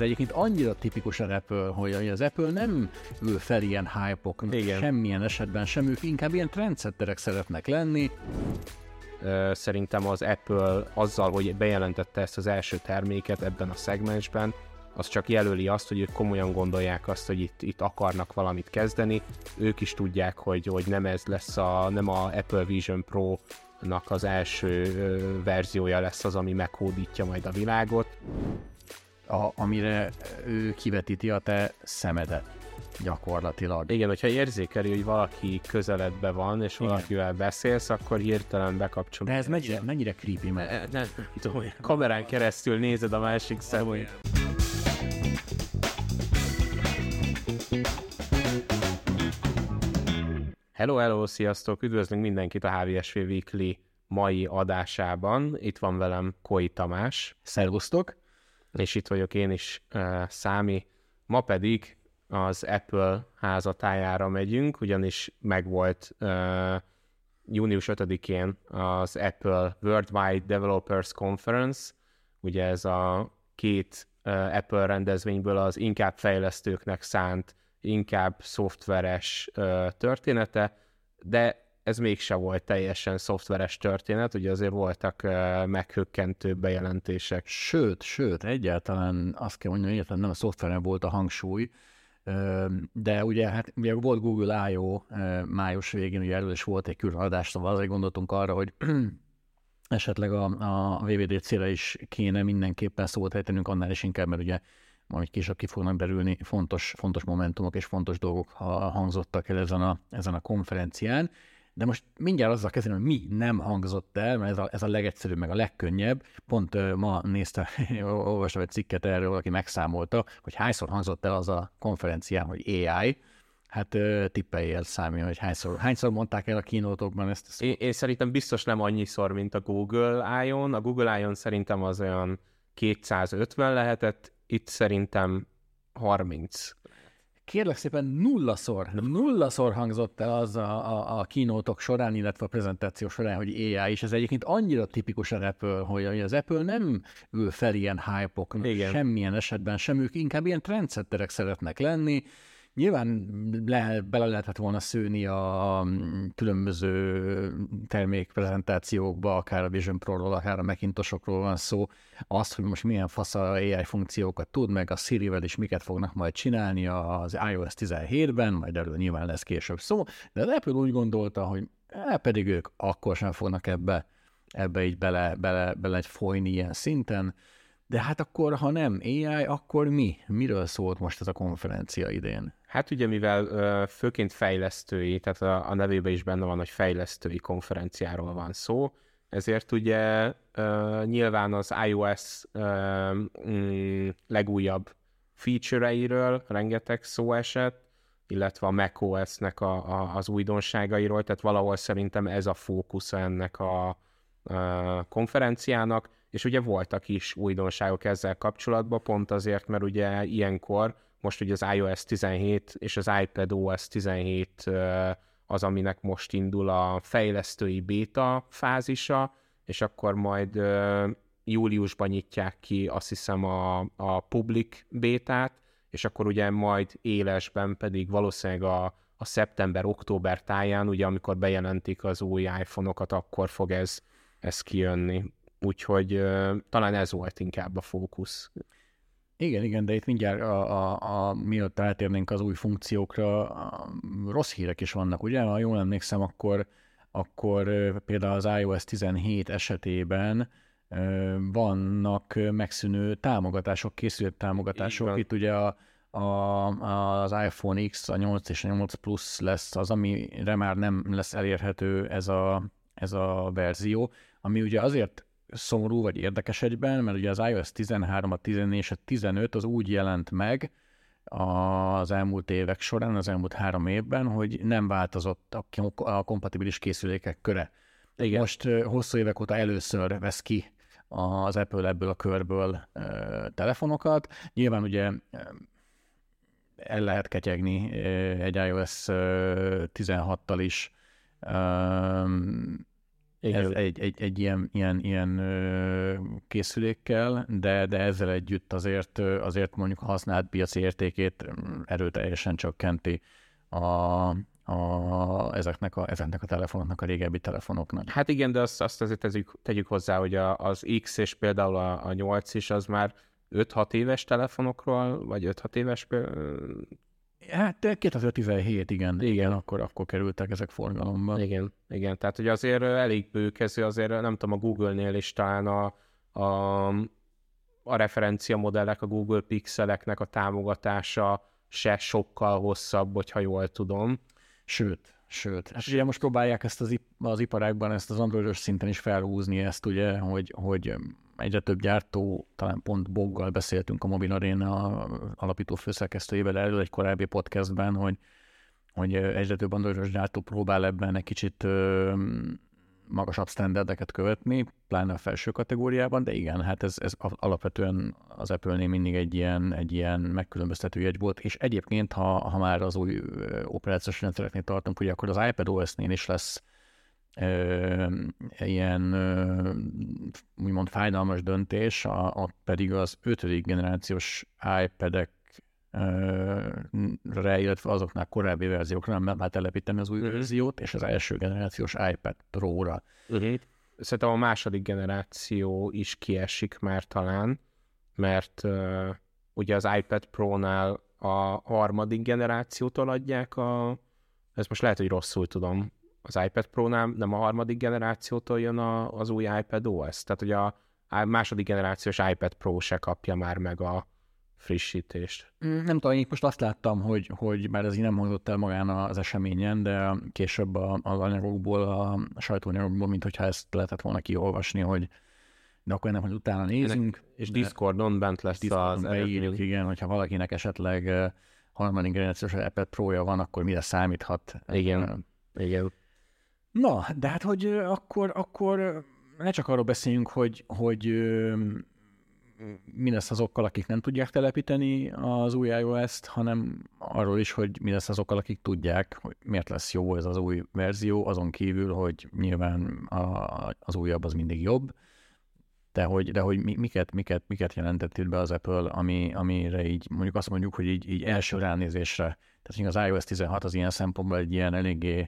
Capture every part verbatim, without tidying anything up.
ez egyébként annyira tipikus az Apple, hogy az Apple nem ül fel ilyen hype-ok, semmilyen esetben sem, ők inkább ilyen trendsetterek szeretnek lenni. Szerintem az Apple azzal, hogy bejelentette ezt az első terméket ebben a szegmensben, az csak jelöli azt, hogy ők komolyan gondolják azt, hogy itt, itt akarnak valamit kezdeni. Ők is tudják, hogy, hogy nem ez lesz a, nem a Apple Vision Pro-nak az első ö, verziója lesz az, ami meghódítja majd a világot. A, amire ő kivetíti a te szemedet gyakorlatilag. Igen, hogyha érzékeli, hogy valaki közeledbe van, és igen, valakivel beszélsz, akkor hirtelen bekapcsol. De ez mennyire, mennyire creepy, mert... Nem, nem tudom, kamerán keresztül nézed a másik szemét. Hello, hello, sziasztok! Üdvözlünk mindenkit a há vé es vé Weekly mai adásában. Itt van velem Koi Tamás. Szervusztok! És itt vagyok én is, uh, Számi. Ma pedig az Apple házatájára megyünk, ugyanis megvolt uh, június ötödikén az Apple Worldwide Developers Conference, ugye ez a két uh, Apple rendezvényből az inkább fejlesztőknek szánt, inkább szoftveres uh, története, de ez mégse volt teljesen szoftveres történet, ugye azért voltak uh, meghökkentő bejelentések. Sőt, sőt, egyáltalán azt kell mondani, hogy egyáltalán nem a szoftveren volt a hangsúly, de ugye, hát, ugye volt Google I O május végén, ugye erről is volt egy külön adás, szóval azért gondoltunk arra, hogy esetleg a, a vé vé dé cére is kéne mindenképpen szót ejtenünk, annál is inkább, mert ugye majd később ki fognak derülni fontos, fontos momentumok és fontos dolgok hangzottak el ezen a, ezen a konferencián. De most mindjárt azzal kezdem, hogy mi nem hangzott el, mert ez a, ez a legegyszerűbb, meg a legkönnyebb. Pont uh, ma néztem, olvastam egy cikket erről, valaki megszámolta, hogy hányszor hangzott el az a konferencián, hogy á i. Hát uh, tippeljél, Számi, hogy hányszor, hányszor mondták el a kínótokban ezt a szót? Én, én szerintem biztos nem annyiszor, mint a Google I O-n. A Google I O-n szerintem az olyan kétszázötven lehetett, itt szerintem harminc. Kérlek szépen nullaszor, nullaszor hangzott el az a, a, a kínótok során, illetve a prezentáció során, hogy á i, és ez egyébként annyira tipikus az Apple, hogy az Apple nem ül fel ilyen hype-ok, semmilyen esetben sem, ők inkább ilyen trendsetterek szeretnek lenni. Nyilván le, bele lehetett volna szőni a különböző termékprezentációkba, akár a Vision Pro-ról, akár a Macintosokról van szó, azt, hogy most milyen fasz a á i funkciókat tud, meg a Siri-vel is miket fognak majd csinálni az iOS tizenhétben, majd erről nyilván lesz később szó, de az Apple úgy gondolta, hogy eh, pedig ők akkor sem fognak ebbe, ebbe így bele, bele, bele folyni ilyen szinten. De hát akkor, ha nem á i, akkor mi? Miről szólt most ez a konferencia idén? Hát ugye, mivel ö, főként fejlesztői, tehát a, a nevében is benne van, hogy fejlesztői konferenciáról van szó, ezért ugye ö, nyilván az iOS ö, mm, legújabb feature-eiről rengeteg szó esett, illetve a macOS-nek a, a, az újdonságairól, tehát valahol szerintem ez a fókusza ennek a, a konferenciának, és ugye voltak is újdonságok ezzel kapcsolatban, pont azért, mert ugye ilyenkor, most ugye az iOS tizenhét és az iPadOS tizenhét az, aminek most indul a fejlesztői béta fázisa, és akkor majd júliusban nyitják ki, azt hiszem, a, a public bétát, és akkor ugye majd élesben pedig valószínűleg a, a szeptember-október táján, ugye amikor bejelentik az új iPhone-okat, akkor fog ez, ez kijönni. Úgyhogy uh, talán ez volt inkább a fókusz. Igen, igen, de itt mindjárt a, a, a, mielőtt átérnénk az új funkciókra, a rossz hírek is vannak, ugye? Ha jól emlékszem, akkor, akkor például az iOS tizenhét esetében vannak megszűnő támogatások, készült támogatások. Itt ugye a, a, az iPhone X, a nyolc és a nyolc Plus lesz az, amire már nem lesz elérhető ez a, ez a verzió, ami ugye azért szomorú vagy érdekes egyben, mert ugye az iOS tizenhárom, a tizennégy és a tizenöt az úgy jelent meg az elmúlt évek során, az elmúlt három évben, hogy nem változott a kompatibilis készülékek köre. Igen. Most hosszú évek óta először vesz ki az Apple ebből a körből telefonokat. Nyilván ugye el lehet ketyegni egy iOS tizenhattal is, ez egy, egy, egy ilyen, ilyen, ilyen készülékkel, de, de ezzel együtt azért, azért mondjuk a használt piaci értékét erőteljesen csökkenti a, a, ezeknek, a, ezeknek a telefonoknak, a régebbi telefonoknak. Hát igen, de azt, azt azért tegyük, tegyük hozzá, hogy a, az X és például a, a nyolc is az már öt-hat éves telefonokról, vagy öt-hat éves... Hát kétezer-tizenhét, igen, igen, akkor, akkor kerültek ezek forgalomba. Igen, igen, tehát hogy azért elég bőkező, azért nem tudom, a Google-nél is talán a, a, a referencia modellek, a Google Pixeleknek a támogatása se sokkal hosszabb, hogyha jól tudom. Sőt, sőt. Hát ugye most próbálják ezt az, az iparágban, ezt az androidos szinten is felhúzni ezt, ugye, hogy, hogy egyre több gyártó, talán pont Boggal beszéltünk a Mobil Arena alapító főszerkesztőjével erről egy korábbi podcastben, hogy, hogy egyre több androidos gyártó próbál ebben egy kicsit ö, magasabb standardeket követni, pláne a felső kategóriában, de igen, hát ez, ez alapvetően az Apple-nél mindig egy ilyen, egy ilyen megkülönböztető jegy volt, és egyébként, ha, ha már az új operációs rendszereknél tartunk, ugye akkor az iPadOS-nél is lesz Ö, ilyen ö, úgymond fájdalmas döntés, a, a pedig az ötödik generációs iPad-ekre, illetve azoknál korábbi verziókra nem lehet telepíteni az új uh-huh. verziót, és az első generációs iPad Pro-ra. Uh-huh. Szerintem a második generáció is kiesik már talán, mert uh, ugye az iPad Pro-nál a harmadik generációtól adják a... Ezt most lehet, hogy rosszul tudom. Az iPad Pro-nál nem a harmadik generációtól jön a, az új iPadOS. Tehát, hogy a, a második generációs iPad Pro se kapja már meg a frissítést. Nem tudom, én most azt láttam, hogy, hogy már ez így nem hangzott el magán az eseményen, de később a, az anyagokból, a sajtóanyagokból, mint hogyha ezt lehetett volna kiolvasni, hogy de akkor nem, hogy utána nézünk. Ennek, és Discordon bent lesz Discordon az beírjuk, igen, hogyha valakinek esetleg harmadik generációs iPad Pro-ja van, akkor mire számíthat. Igen, igen. Na, de hát, hogy akkor, akkor ne csak arról beszéljünk, hogy, hogy mi lesz azokkal, akik nem tudják telepíteni az új iOS-t, hanem arról is, hogy mi lesz azokkal, akik tudják, hogy miért lesz jó ez az új verzió, azon kívül, hogy nyilván a, az újabb az mindig jobb, de hogy, de hogy miket, miket, miket jelentett itt be az Apple, ami, amire így mondjuk azt mondjuk, hogy így, így első ránézésre, tehát az iOS tizenhat az ilyen szempontból egy ilyen eléggé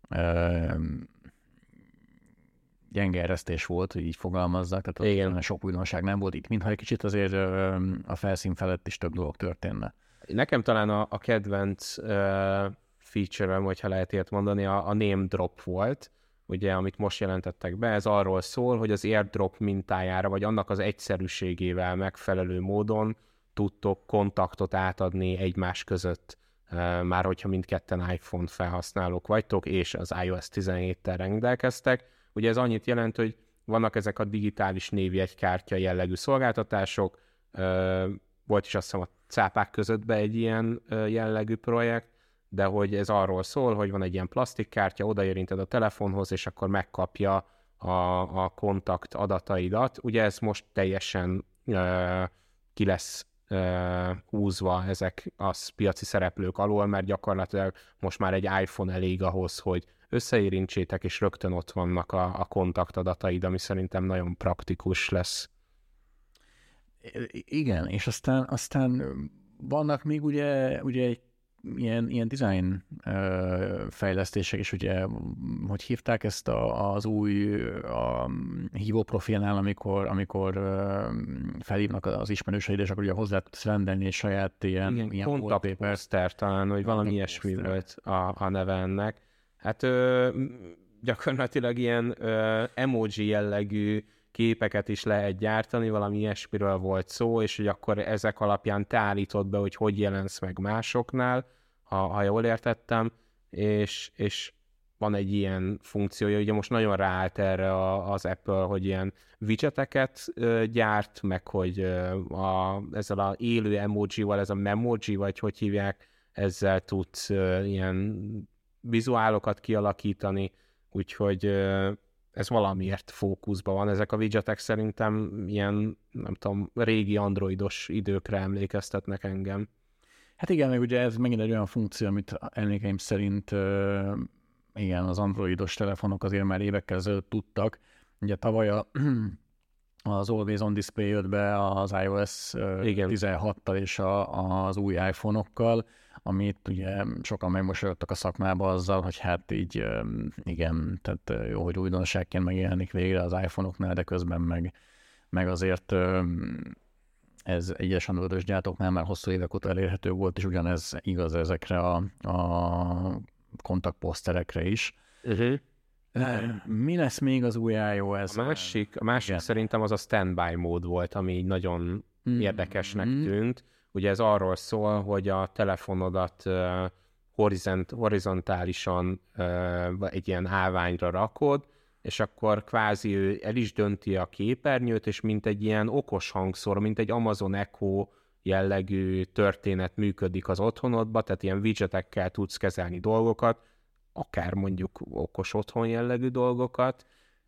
gyenge eresztés volt, hogy így fogalmazzak, tehát igen. Sok újdonság nem volt itt, mintha egy kicsit azért a felszín felett is több dolog történne. Nekem talán a, a kedvenc uh, feature-em, hogyha lehet ilyet mondani, a, a name drop volt, ugye, amit most jelentettek be, ez arról szól, hogy az AirDrop mintájára, vagy annak az egyszerűségével megfelelő módon tudtok kontaktot átadni egymás között, uh, már hogyha mindketten iPhone felhasználók vagytok, és az iOS tizenhéttel rendelkeztek. Ugye ez annyit jelent, hogy vannak ezek a digitális névjegykártya jellegű szolgáltatások, uh, volt is azt hiszem a cápák közöttben egy ilyen uh, jellegű projekt, de hogy ez arról szól, hogy van egy ilyen plastikkártya, odaérinted a telefonhoz, és akkor megkapja a, a kontakt adataidat. Ugye ez most teljesen uh, ki lesz uh, húzva ezek az piaci szereplők alól, mert gyakorlatilag most már egy iPhone elég ahhoz, hogy összeérintsétek, és rögtön ott vannak a, a kontakt adataid, ami szerintem nagyon praktikus lesz. Igen, és aztán, aztán vannak még ugye, ugye egy ilyen, ilyen design uh, fejlesztések is, ugye, hogy hívták ezt a, az új a hívó profilnál, amikor, amikor uh, felhívnak az ismerőseid, és akkor ugye hozzá tudsz rendelni egy saját ilyen, igen, ilyen kontaktposzter talán, hogy valami ilyesmi volt a, a neve ennek. Hát ö, gyakorlatilag ilyen ö, emoji jellegű képeket is lehet gyártani, valami ilyesmiről volt szó, és hogy akkor ezek alapján te állítod be, hogy hogy jelensz meg másoknál, ha, ha jól értettem, és, és van egy ilyen funkciója, ugye most nagyon ráállt erre a, az Apple, hogy ilyen widgeteket ö, gyárt, meg hogy ö, a, ezzel a élő emojival, ez a memoji, vagy hogy hívják, ezzel tudsz ö, ilyen vizuálokat kialakítani, úgyhogy ö, ez valamiért fókuszban van. Ezek a widgetek szerintem ilyen, nem tudom, régi androidos időkre emlékeztetnek engem. Hát igen, meg ugye ez megint egy olyan funkció, amit emlékeim szerint ö, igen, az androidos telefonok azért már évekkel ezelőtt tudtak. Ugye tavaly a, az Always On Display jött be az iOS igen. tizenhattal és a, az új iPhone-okkal, amit ugye sokan megmosolyodtak a szakmába azzal, hogy hát így igen, tehát jó, hogy újdonságként megjelenik végre az iPhone-oknál, de közben meg, meg azért ez egyes androidos gyártóknál már hosszú évek óta elérhető volt, és ugyanez igaz ezekre a, a kontaktposzterekre is. Uh-huh. Mi lesz még az új iOS? A másik, a másik szerintem az a standby mód volt, ami így nagyon mm-hmm. érdekesnek tűnt. Ugye ez arról szól, hogy a telefonodat uh, horizont, horizontálisan uh, egy ilyen állványra rakod, és akkor kvázi ő el is dönti a képernyőt, és mint egy ilyen okos hangszor, mint egy Amazon Echo jellegű történet működik az otthonodba, tehát ilyen widgetekkel tudsz kezelni dolgokat, akár mondjuk okos otthon jellegű dolgokat,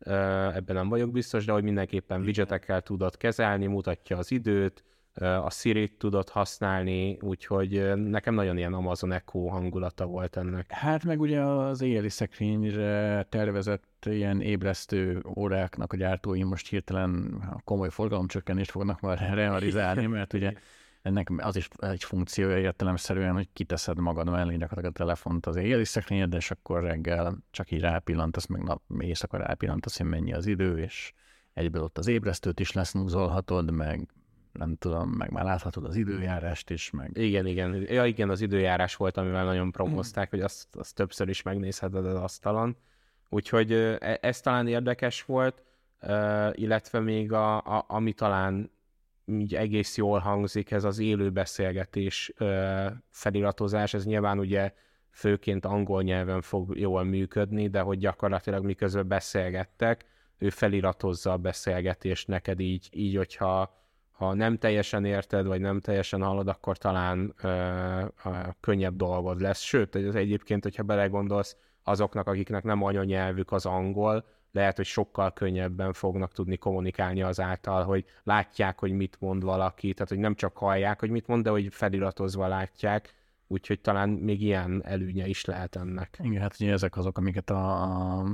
ebben nem vagyok biztos, de hogy mindenképpen widgetekkel tudod kezelni, mutatja az időt, a Siri-t tudod használni, úgyhogy nekem nagyon ilyen Amazon Echo hangulata volt ennek. Hát meg ugye az éjjeli szekrényre tervezett ilyen ébresztő óráknak a gyártói most hirtelen komoly forgalomcsökkenést fognak majd realizálni, mert ugye ennek az is egy funkciója értelemszerűen, hogy kiteszed magad mellé gyakorlatilag a telefont az éjjeli szekrényedbe, és akkor reggel csak így rápillantasz, meg nap éjszaka rápillantasz, hogy mennyi az idő, és egyből ott az ébresztőt is lesznúzolhatod, meg nem tudom, meg már láthatod az időjárást is, meg... Igen, igen. Ja, igen, az időjárás volt, amivel nagyon promózták, hogy azt, azt többször is megnézheted az asztalon. Úgyhogy ez talán érdekes volt, illetve még a, a, ami talán így egész jól hangzik, ez az élő beszélgetés feliratozás, ez nyilván ugye főként angol nyelven fog jól működni, de hogy gyakorlatilag miközben beszélgettek, ő feliratozza a beszélgetést neked így, így hogyha ha nem teljesen érted, vagy nem teljesen hallod, akkor talán ö, ö, könnyebb dolgod lesz. Sőt, ez egyébként, hogyha belegondolsz, azoknak, akiknek nem anyanyelvük az angol, lehet, hogy sokkal könnyebben fognak tudni kommunikálni azáltal, hogy látják, hogy mit mond valaki, tehát hogy nem csak hallják, hogy mit mond, de hogy feliratozva látják, úgyhogy talán még ilyen előnye is lehet ennek. Igen, hát ugye ezek azok, amiket a,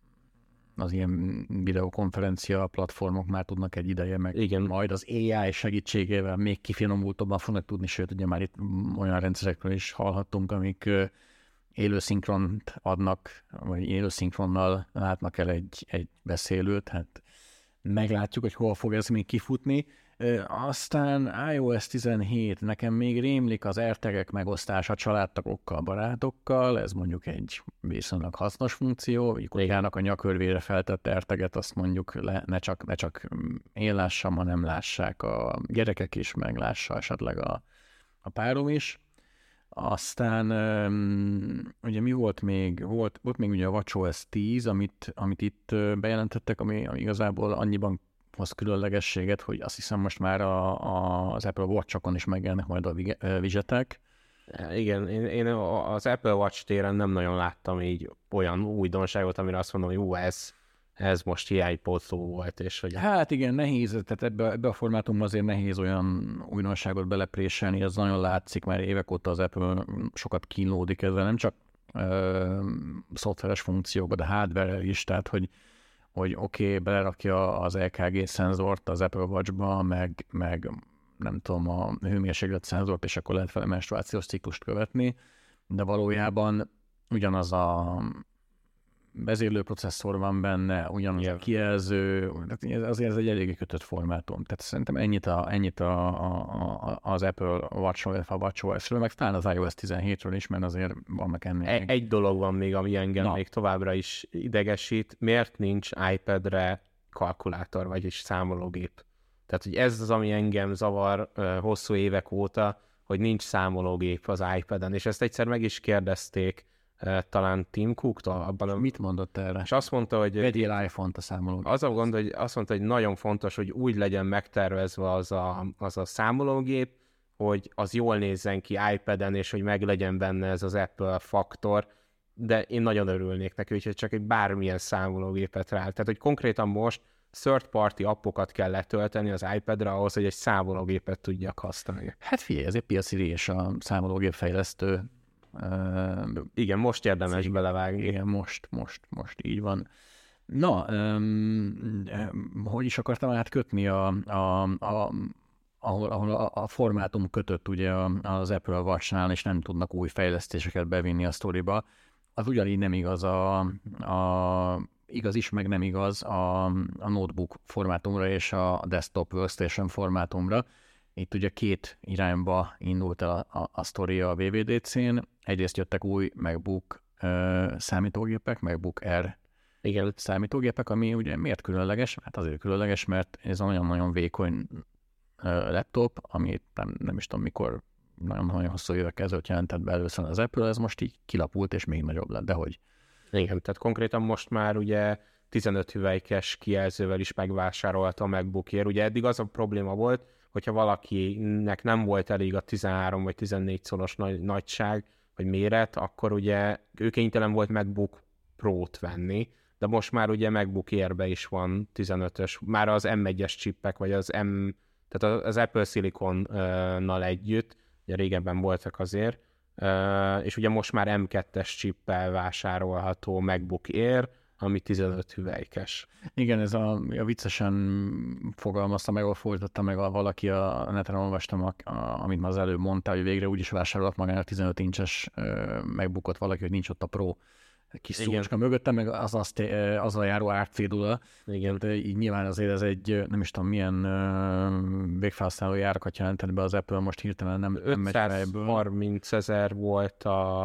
az ilyen videokonferencia platformok már tudnak egy ideje, meg igen. Majd az á i segítségével még kifinomultabban fognak tudni, sőt, ugye már itt olyan rendszerekről is hallhattunk, amik élő szinkront adnak, vagy élő szinkronnal látnak el egy, egy beszélőt, hát meglátjuk, hogy hol fog ez még kifutni. E, aztán iOS tizenhét, nekem még rémlik az AirTag-ek megosztása családtagokkal, barátokkal, ez mondjuk egy viszonylag hasznos funkció, hogy kockának a nyakörvére feltett AirTag-et, azt mondjuk le, ne, csak, ne csak én lássam, hanem lássák a gyerekek is, meg lássa esetleg a, a párom is. Aztán um, ugye mi volt még? Volt, volt még ugye a watchOS tíz, amit, amit itt bejelentettek, ami, ami igazából annyiban hoz különlegességet, hogy azt hiszem most már a, a, az Apple Watch-okon is megjelennek majd a widgetek. Igen, én, én az Apple Watch téren nem nagyon láttam így olyan újdonságot, amire azt mondom, hogy ú, ez, ez most hiánypótló volt. És hogy... Hát igen, nehéz, tehát ebbe, ebbe a formátumban azért nehéz olyan újdonságot belepréselni, ez nagyon látszik, már évek óta az Apple sokat kínlódik ezzel, nem csak ö, szoftveres funkciókba, de hardware is, tehát hogy, hogy oké, okay, belerakja az é ká gé szenzort az Apple Watch-ba, meg, meg nem tudom, a hőmérséklet szenzort, és akkor lehet vele menstruációs ciklust követni, de valójában ugyanaz a vezérlőprocesszor van benne, ugyanaz yeah. a kijelző, azért ez egy eléggé kötött formátum. Tehát szerintem ennyit, a, ennyit a, a, a, az Apple Watch-ról, a watchOS-ről, meg talán az iOS tizenhétről is, mert azért vannak ennél. E- egy dolog van még, ami engem Na. még továbbra is idegesít. Miért nincs iPad-re kalkulátor, vagyis számológép? Tehát, hogy ez az, ami engem zavar uh, hosszú évek óta, hogy nincs számológép az iPad-en, és ezt egyszer meg is kérdezték, talán Tim Cook-tól. Abban a... Mit mondott erre? És azt mondta, hogy... Vegyél iPhone-t a számológép. Az a gond, hogy azt mondta, hogy nagyon fontos, hogy úgy legyen megtervezve az a, az a számológép, hogy az jól nézzen ki iPad-en, és hogy meg legyen benne ez az Apple faktor, de én nagyon örülnék neki, úgyhogy csak egy bármilyen számológépet rá. Tehát, hogy konkrétan most third-party appokat kell letölteni az iPad-re ahhoz, hogy egy számológépet tudjak használni. Hát figyelj, ez egy piaci és a számológép fejlesztő Igen, most érdemes cég. belevágni. Igen, most, most, most így van. Na, um, hogy is akartam átkötni a, a, a, ahol, ahol a, a formátum kötött ugye az Apple Watch-nál, és nem tudnak új fejlesztéseket bevinni a sztoriba. Az ugyanígy nem igaz a, a igaz is, meg nem igaz a, a notebook formátumra és a desktop workstation formátumra. Itt ugye két irányba indult el a, a, a sztori a dupla vé dé cén. Egyrészt jöttek új MacBook uh, számítógépek, MacBook Air Igen. számítógépek, ami ugye miért különleges? Hát azért különleges, mert ez nagyon-nagyon vékony uh, laptop, amit nem, nem is tudom mikor, nagyon-nagyon hosszú évek ezelőtt jelentett be először az Apple, ez most így kilapult és még nagyobb lett, de hogy? Igen, tehát konkrétan most már ugye tizenöt hüvelykes kijelzővel is megvásárolta a MacBookért. Ugye eddig az a probléma volt, hogyha valakinek nem volt elég a tizenhárom vagy tizennégy szoros nagy, nagyság, vagy méret, akkor ugye ő kénytelen volt MacBook Pro-t venni, de most már ugye MacBook Air-be is van tizenötös, már az em egyes csippek, vagy az M, tehát az Apple Silicon-nal együtt, ugye régebben voltak azért, és ugye most már em kettes csippel vásárolható MacBook Air, ami tizenöt hüvelykes. Igen, ez a, a viccesen fogalmazta meg, fordította meg a, valaki a neten, olvastam, a, a, amit már az előbb mondta, hogy végre úgy is vásárolt magának tizenöt incses MacBookot valaki, hogy nincs ott a Pro kis szócska mögöttem, meg az azt, azzal járó árcédula. Igen. De így nyilván azért ez egy, nem is tudom, milyen uh, végfelhasználó járakat jelentett be az Apple, most hirtelen nem, nem megy fejből. ötszázharminc ezer volt a,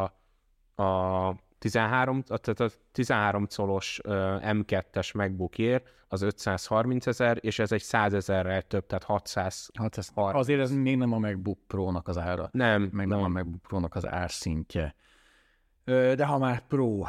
a tizenhárom, tehát a tizenhárom colos uh, em kettes MacBook Air, az ötszázharminc ezer, és ez egy száz ezerrel több, tehát hatszáz. hatszázharminc. Azért ez még nem a MacBook Pro-nak az ára. Nem. Meg nem, nem a MacBook Pro-nak az árszintje. De ha már Pro,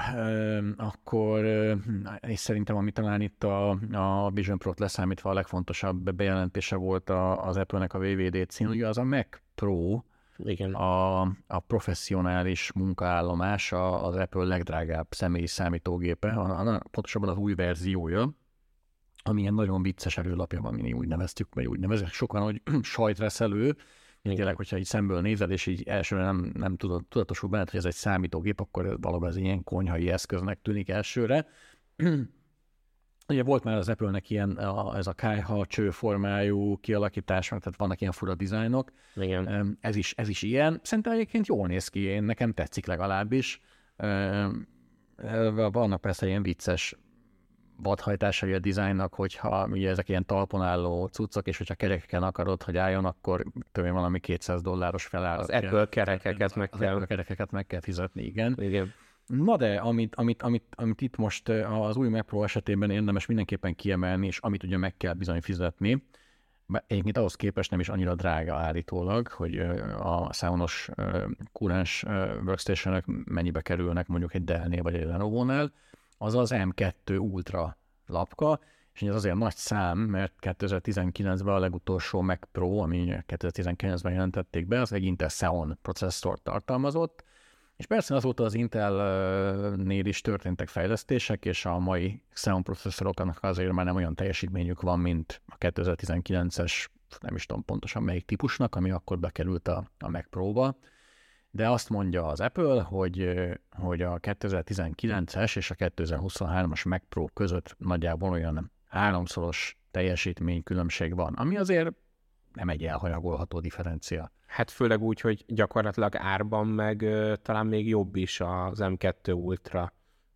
akkor és szerintem, ami talán itt a, a Vision Pro-t leszámítva a legfontosabb bejelentése volt az Apple-nek a dupla vé dé cén, ugye az a Mac Pro, Igen. A, a professzionális munkaállomása, az Apple legdrágább személyi számítógépe, a, a, pontosabban az új verziója, ami ilyen nagyon vicces erőlapja van, mi úgy neveztük, vagy úgy nevezik sokan, hogy sajtreszelő. Tényleg, hogyha így szemből nézed, és így elsőre nem, nem tudod, tudatosul benned, hogy ez egy számítógép, akkor valóban ez ilyen konyhai eszköznek tűnik elsőre. Ugye volt már az Apple-nek ilyen, a, ez a kályha csőformájú kialakítás, tehát vannak ilyen fura dizájnok. Igen. Ez is, ez is ilyen. Szerintem egyébként jól néz ki, én nekem tetszik legalábbis. Vannak persze ilyen vicces vadhajtásai a dizájnnak, hogyha ugye ezek ilyen talpon álló cuccok, és hogyha kerekeken akarod, hogy álljon, akkor tőle valami kétszáz dolláros felárat. Az Apple kerekeket meg az kell. Apple kerekeket meg kell fizetni, igen. Igen. Na de, amit, amit, amit, amit itt most az új Mac Pro esetében érdemes mindenképpen kiemelni, és amit ugye meg kell bizony fizetni, egyébként ahhoz képest nem is annyira drága állítólag, hogy a Sonos kurens workstation-ök mennyibe kerülnek mondjuk egy Dell-nél vagy egy Lenovo-nál, az az em kettő Ultra lapka, és ez azért nagy szám, mert kétezer-tizenkilencben a legutolsó Mac Pro, ami kétezer-tizenkilencben jelentették be, az egy Intel Xeon processzort tartalmazott, és persze azóta az Intelnél is történtek fejlesztések, és a mai Xeon processzoroknak azért már nem olyan teljesítményük van, mint a kétezer-tizenkilences, nem is tudom pontosan melyik típusnak, ami akkor bekerült a, a Mac Pro-ba. De azt mondja az Apple, hogy, hogy a kétezer-tizenkilences és a kétezer-huszonhármas Mac Pro között nagyjából olyan háromszoros teljesítménykülönbség van, ami azért nem egy elhanyagolható differencia. Hát főleg úgy, hogy gyakorlatilag árban meg ö, talán még jobb is az em kettő Ultra,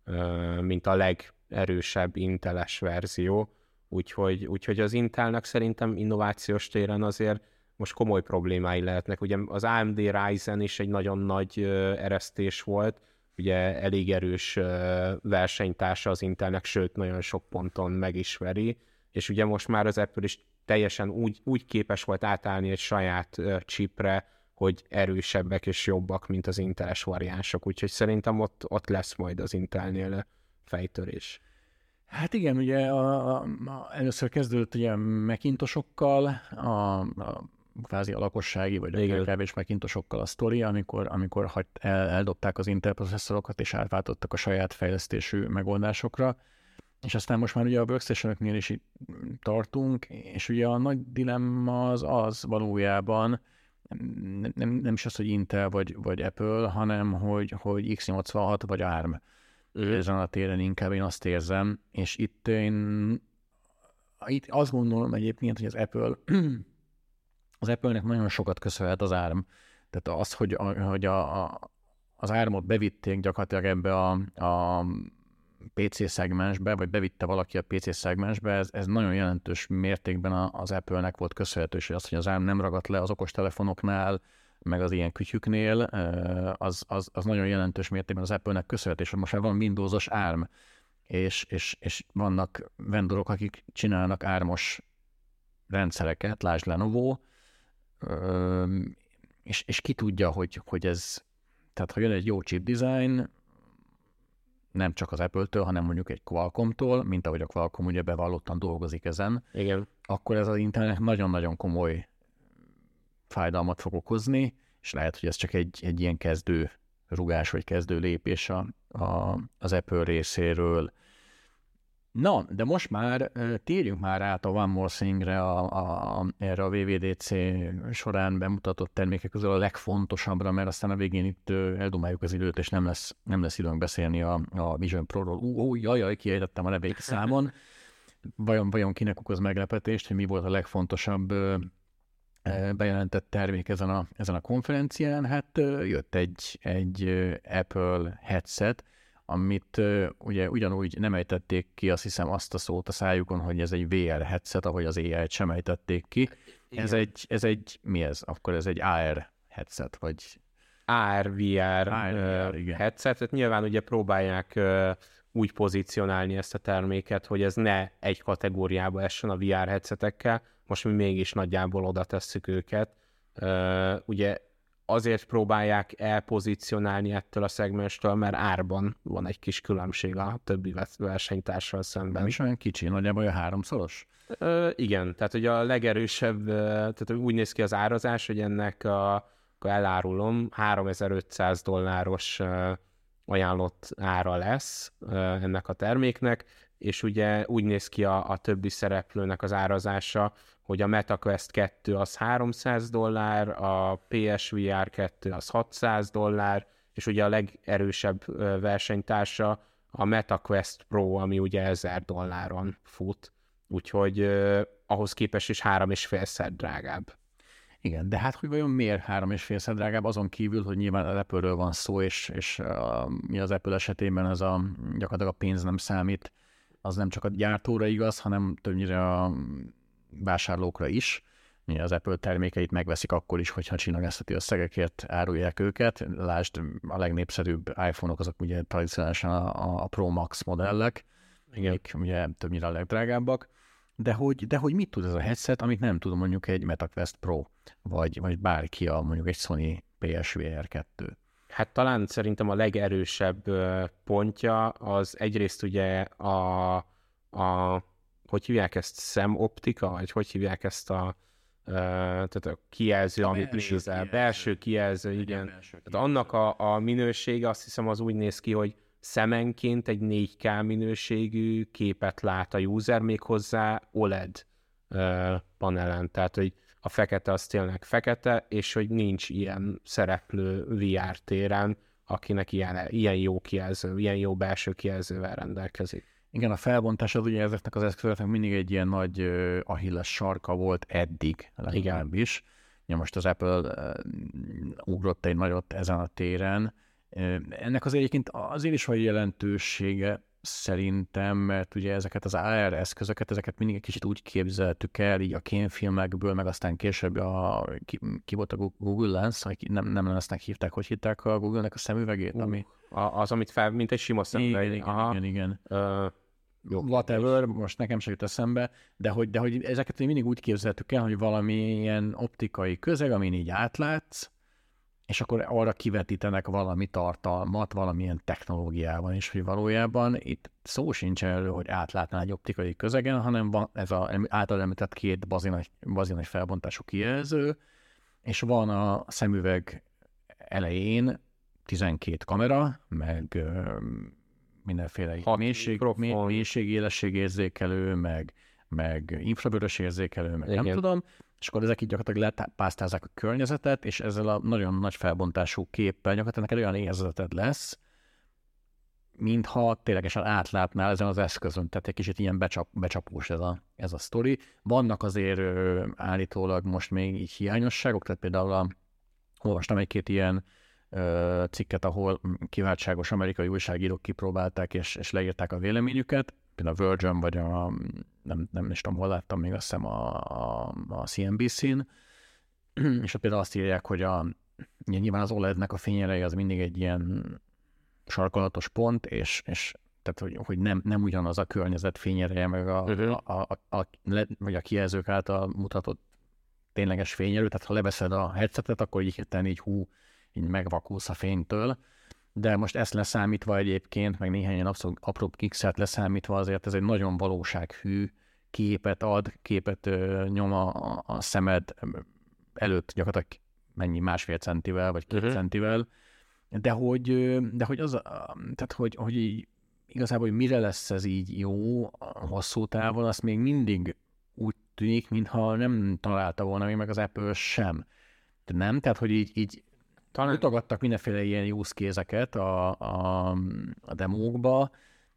ö, mint a legerősebb Inteles verzió. Úgyhogy, úgyhogy az Intelnek szerintem innovációs téren azért most komoly problémái lehetnek. Ugye az á em dé Ryzen is egy nagyon nagy ö, eresztés volt, ugye elég erős ö, versenytársa az Intelnek, sőt nagyon sok ponton meg is veri, és ugye most már az Apple is teljesen úgy, úgy képes volt átállni egy saját uh, chipre, hogy erősebbek és jobbak, mint az Inteles variánsok. Úgyhogy szerintem ott, ott lesz majd az Intelnél fejtörés. Hát igen, ugye a, a, a, először kezdődött ugye Macintosokkal, a, a kvázi a lakossági, vagy a kevés Macintosokkal a sztori, amikor, amikor hagy, el, eldobták az Intel processzorokat, és átváltottak a saját fejlesztésű megoldásokra. És aztán most már ugye a workstation-öknél is itt tartunk, és ugye a nagy dilemma az az valójában, nem, nem, nem is az, hogy Intel vagy, vagy Apple, hanem hogy, hogy iksz nyolcvanhat vagy á er em. Uh-huh. Ezen a téren inkább én azt érzem, és itt én itt azt gondolom egyébként, hogy az Apple az Apple-nek nagyon sokat köszönhet az á er em. Tehát az, hogy, a, hogy a, a, az á er em-ot bevitték gyakorlatilag ebbe a, a pé cé szegmensbe, vagy bevitte valaki a pé cé szegmensbe, ez, ez nagyon jelentős mértékben az Apple-nek volt köszönhető, és az, hogy az á er em nem ragadt le az okostelefonoknál, meg az ilyen kütyüknél, az, az, az nagyon jelentős mértékben az Apple-nek köszönhető, és most már van Windows-os á er em, és, és, és vannak vendorok, akik csinálnak á er em-os rendszereket, lásd Lenovo, és, és ki tudja, hogy, hogy ez, tehát ha jön egy jó chip design, nem csak az Apple-től, hanem mondjuk egy Qualcomm-tól, mint ahogy a Qualcomm ugye bevallottan dolgozik ezen, igen, akkor ez az Intelnek nagyon-nagyon komoly fájdalmat fog okozni, és lehet, hogy ez csak egy, egy ilyen kezdő rugás, vagy kezdő lépés a, a, az Apple részéről. Na, de most már térjünk már át a One More Thing-re, a, a, erre a vé vé dé cé során bemutatott termékek közül a legfontosabbra, mert aztán a végén itt eldumáljuk az időt, és nem lesz, nem lesz időnk beszélni a, a Vision Pro-ról. Ú, ó, jaj, jaj, kiejtettem a nevét számon. Vajon, vajon kinek okoz meglepetést, hogy mi volt a legfontosabb bejelentett termék ezen a, ezen a konferencián? Hát jött egy, egy Apple headset, amit uh, ugye ugyanúgy nem ejtették ki, azt hiszem azt a szót a szájukon, hogy ez egy vé er headset, ahogy az á i-t sem ejtették ki. Ez egy, ez egy, mi ez? Akkor ez egy á er headset, vagy... á er, vé er, á er, vé er uh, headset, tehát nyilván ugye próbálják uh, úgy pozícionálni ezt a terméket, hogy ez ne egy kategóriába essen a vé er headsetekkel, most mi mégis nagyjából oda tesszük őket. Uh, ugye azért próbálják elpozícionálni ettől a szegmenstől, mert árban van egy kis különbség a többi versenytársal szemben. Nem is olyan kicsi, nagyjából olyan háromszoros? Ö, igen, tehát ugye a legerősebb, tehát úgy néz ki az árazás, hogy ennek a, akkor elárulom, háromezer-ötszáz dolláros ajánlott ára lesz ennek a terméknek, és ugye úgy néz ki a, a többi szereplőnek az árazása, hogy a MetaQuest kettő az háromszáz dollár, a pé es vé er kettő az hatszáz dollár, és ugye a legerősebb versenytársa a MetaQuest Pro, ami ugye ezer dolláron fut, úgyhogy eh, ahhoz képest is három és félszer drágább. Igen, de hát hogy vajon miért három és félszer drágább, azon kívül, hogy nyilván az Apple-ről van szó, és, és a, mi az Apple esetében ez a, gyakorlatilag a pénz nem számít, az nem csak a gyártóra igaz, hanem többnyire a vásárlókra is. Az Apple termékeit megveszik akkor is, hogyha csillagászati összegekért árulják őket. Lásd, a legnépszerűbb iPhone-ok azok ugye tradicionálisan a, a Pro Max modellek, amik ugye többnyire a legdrágábbak. De hogy, de hogy mit tud ez a headset, amit nem tud mondjuk egy MetaQuest Pro, vagy, vagy bárki a mondjuk egy Sony pé es vé er kettő? Hát talán szerintem a legerősebb pontja az egyrészt ugye a, a hogy hívják ezt, szemoptika, vagy hogy hívják ezt a, tehát a kijelző, a amit nézel, kijelző. Belső kijelző, igen. igen. Belső kijelző. Tehát annak a, a minősége azt hiszem az úgy néz ki, hogy szemenként egy négy ká minőségű képet lát a user, még hozzá o el e dé panelen, tehát hogy a fekete az tényleg fekete, és hogy nincs ilyen szereplő vé er téren, akinek ilyen, ilyen jó kijelző, ilyen jó belső kijelzővel rendelkezik. Igen, a felbontás az ugye ezeknek az eszközöknek mindig egy ilyen nagy uh, Achilles sarka volt eddig, legalábbis. Ja, most az Apple uh, ugrott egy nagyot ezen a téren. Uh, ennek azért egyébként azért is van jelentősége szerintem, mert ugye ezeket az á er eszközöket, ezeket mindig egy kicsit úgy képzeltük el, így a kémfilmekből, meg aztán később a, ki, ki volt a Google Lens, nem, nem Lensnek hívták, hogy hitták a Google-nek a szemüvegét, ami... Uh, az, amit fel, mint egy sima szemüveg. Igen, igen, igen. igen. Uh, whatever, most nekem se jut eszembe, de hogy, de hogy ezeket mindig úgy képzeltük el, hogy valamilyen optikai közeg, amin így átlátsz, és akkor arra kivetítenek valami tartalmat, valamilyen technológiában is, hogy valójában itt szó sincs erről, hogy átlátnál egy optikai közegen, hanem van ez az által említett két bazinagy, bazinagy felbontású kijelző, és van a szemüveg elején tizenkét kamera, meg mindenféle mélység, mélység, élességérzékelő, meg, meg infravörös érzékelő, meg igen. nem tudom, és akkor ezek így gyakorlatilag letpásztázzák a környezetet, és ezzel a nagyon nagy felbontású képpel gyakorlatilag neked olyan érzeted lesz, mintha ténylegesen átlátnál ezen az eszközön, tehát egy kicsit ilyen becsap, becsapós ez a, ez a sztori. Vannak azért ö, állítólag most még így hiányosságok, tehát például a, olvastam egy-két ilyen ö, cikket, ahol kiváltságos amerikai újságírók kipróbálták és, és leírták a véleményüket, például a Virgin, vagy a, nem, nem is tudom, hol láttam még, azt hiszem a, a, a C N B C-n, és ott például azt írják, hogy a, nyilván az o el e dnek a fényereje az mindig egy ilyen sarkalatos pont, és, és tehát, hogy, hogy nem, nem ugyanaz a környezet fényereje, meg a, uh-huh. a, a, a, vagy a kijelzők által mutatott tényleges fényerő, tehát ha leveszed a headsetet, akkor így hirtelen így hú, így megvakulsz a fénytől, de most ezt leszámítva egyébként, meg néhány ilyen abszolút apró kikszert leszámítva, azért ez egy nagyon valósághű képet ad, képet ö, nyom a, a szemed előtt gyakorlatilag mennyi másfél centivel, vagy két uh-huh. centivel, de hogy, de hogy az, tehát hogy, hogy így, igazából, hogy mire lesz ez így jó a hosszú távon, azt még mindig úgy tűnik, mintha nem találta volna még meg az Apple sem. De nem? Tehát, hogy így, így talán utogattak mindenféle ilyen use case-eket a, a, a demókba,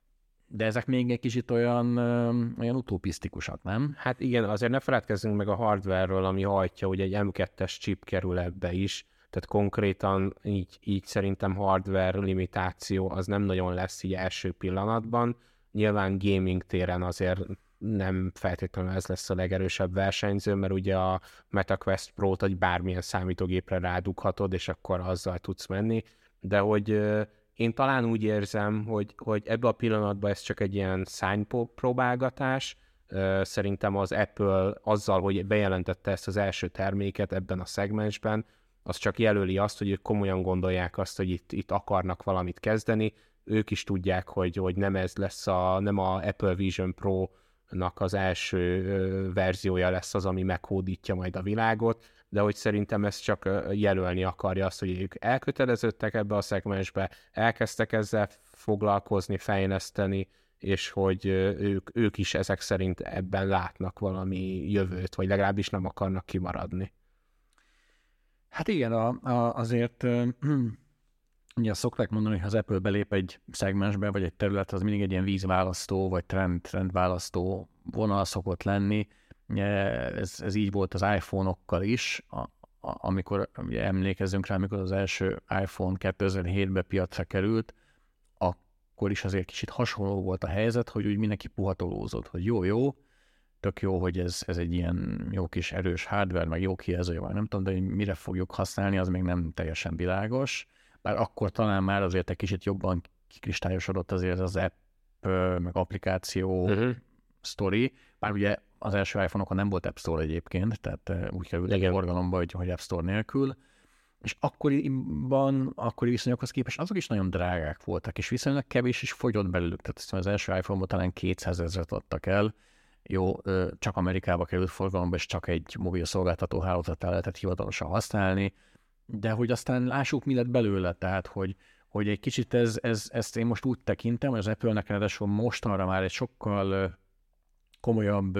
de ezek még egy kicsit olyan, olyan utopisztikusak, nem? Hát igen, azért ne feledkezzünk meg a hardware-ről, ami hajtja, hogy egy M kettes chip kerül ebbe is, tehát konkrétan így, így szerintem hardware limitáció az nem nagyon lesz így első pillanatban. Nyilván gaming téren azért nem feltétlenül ez lesz a legerősebb versenyző, mert ugye a MetaQuest Pro-t egy bármilyen számítógépre rádughatod, és akkor azzal tudsz menni, de hogy én talán úgy érzem, hogy, hogy ebben a pillanatban ez csak egy ilyen szánypróbálgatás. Szerintem az Apple azzal, hogy bejelentette ezt az első terméket ebben a szegmensben, az csak jelöli azt, hogy ők komolyan gondolják azt, hogy itt, itt akarnak valamit kezdeni. Ők is tudják, hogy, hogy nem ez lesz a, nem a Apple Vision Pro-nak az első verziója lesz az, ami meghódítja majd a világot, de hogy szerintem ez csak jelölni akarja azt, hogy ők elköteleződtek ebbe a szegmensbe, elkezdtek ezzel foglalkozni, fejleszteni, és hogy ők, ők is ezek szerint ebben látnak valami jövőt, vagy legalábbis nem akarnak kimaradni. Hát igen, a, a, azért ugye szokták mondani, hogy ha az Apple belép egy szegmensbe, vagy egy terület, az mindig egy ilyen vízválasztó, vagy trend, trendválasztó vonal szokott lenni. Ez, ez így volt az iPhone-okkal is, a, a, amikor ugye emlékezzünk rá, amikor az első iPhone kétezer-hétben piacra került, akkor is azért kicsit hasonló volt a helyzet, hogy úgy mindenki puhatolózott, hogy jó-jó, tök jó, hogy ez, ez egy ilyen jó kis erős hardware, meg jó kijelzője van, nem tudom, de hogy mire fogjuk használni, az még nem teljesen világos. Bár akkor talán már azért egy kicsit jobban kikristályosodott azért az app, meg applikáció uh-huh. sztori. Bár ugye az első iPhone-okon nem volt App Store egyébként, tehát úgy került a forgalomba, hogy, hogy App Store nélkül. És akkoriban, akkori viszonyokhoz képest azok is nagyon drágák voltak, és viszonylag kevés is fogyott belőlük. Tehát az első iPhone-ból talán kétszázezret adtak el. Jó, csak Amerikába került forgalomba, és csak egy mobil szolgáltató hálózattal lehetett hivatalosan használni, de hogy aztán lássuk, mi lett belőle, tehát hogy, hogy egy kicsit ez, ez, ezt én most úgy tekintem, hogy az Apple-nek ráadásul mostanra már egy sokkal komolyabb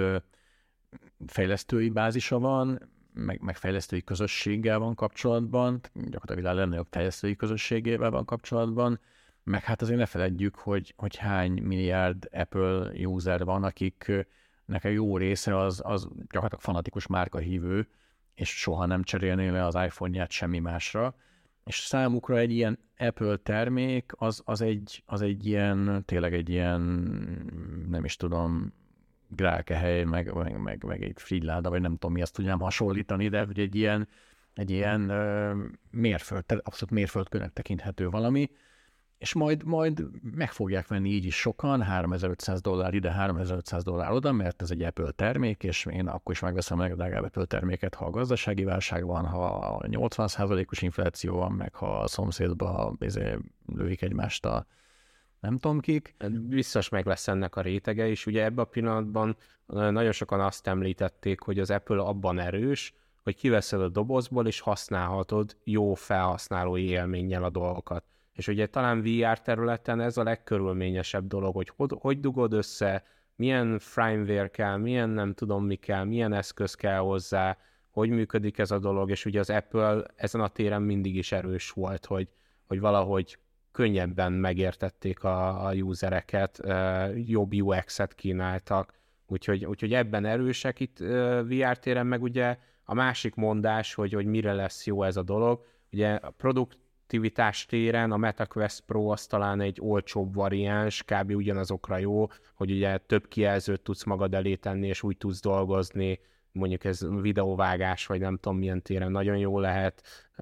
fejlesztői bázisa van, meg, meg fejlesztői közösséggel van kapcsolatban, gyakorlatilag a világ legnagyobb fejlesztői közösségével van kapcsolatban, meg hát azért ne feledjük, hogy, hogy hány milliárd Apple user van, akiknek a jó része az, az gyakorlatilag fanatikus márkahívő, és soha nem cserélné le az iPhone-ját semmi másra, és számukra egy ilyen Apple termék az, az, egy, az egy ilyen, tényleg egy ilyen, nem is tudom, grálkehely, meg, meg, meg, meg egy frigyláda, vagy nem tudom, mi azt tudjam hasonlítani, de hogy egy ilyen, egy ilyen uh, mérföld, abszolút mérföldkőnek tekinthető valami, és majd, majd meg fogják venni így is sokan, háromezer-ötszáz dollár ide, háromezer-ötszáz dollár oda, mert ez egy Apple termék, és én akkor is megveszem a legdrágább Apple terméket, ha a gazdasági válság van, ha nyolcvan százalékos infláció van, meg ha a szomszédba lőik egymást a nem tudom kik. Biztos meg lesz ennek a rétege, és ugye ebben a pillanatban nagyon sokan azt említették, hogy az Apple abban erős, hogy kiveszed a dobozból, és használhatod jó felhasználói élménnyel a dolgokat. És ugye talán vé er területen ez a legkörülményesebb dolog, hogy hogy, hogy dugod össze, milyen firmware kell, milyen nem tudom mi kell, milyen eszköz kell hozzá, hogy működik ez a dolog, és ugye az Apple ezen a téren mindig is erős volt, hogy, hogy valahogy könnyebben megértették a, a usereket, jobb u iksz-et kínáltak, úgyhogy, úgyhogy ebben erősek itt vé er téren, meg ugye a másik mondás, hogy, hogy mire lesz jó ez a dolog, ugye a produktivitás téren a MetaQuest Pro az talán egy olcsóbb variáns, kb. Ugyanazokra jó, hogy ugye több kijelzőt tudsz magad elé tenni, és úgy tudsz dolgozni, mondjuk ez videóvágás, vagy nem tudom milyen téren nagyon jó lehet,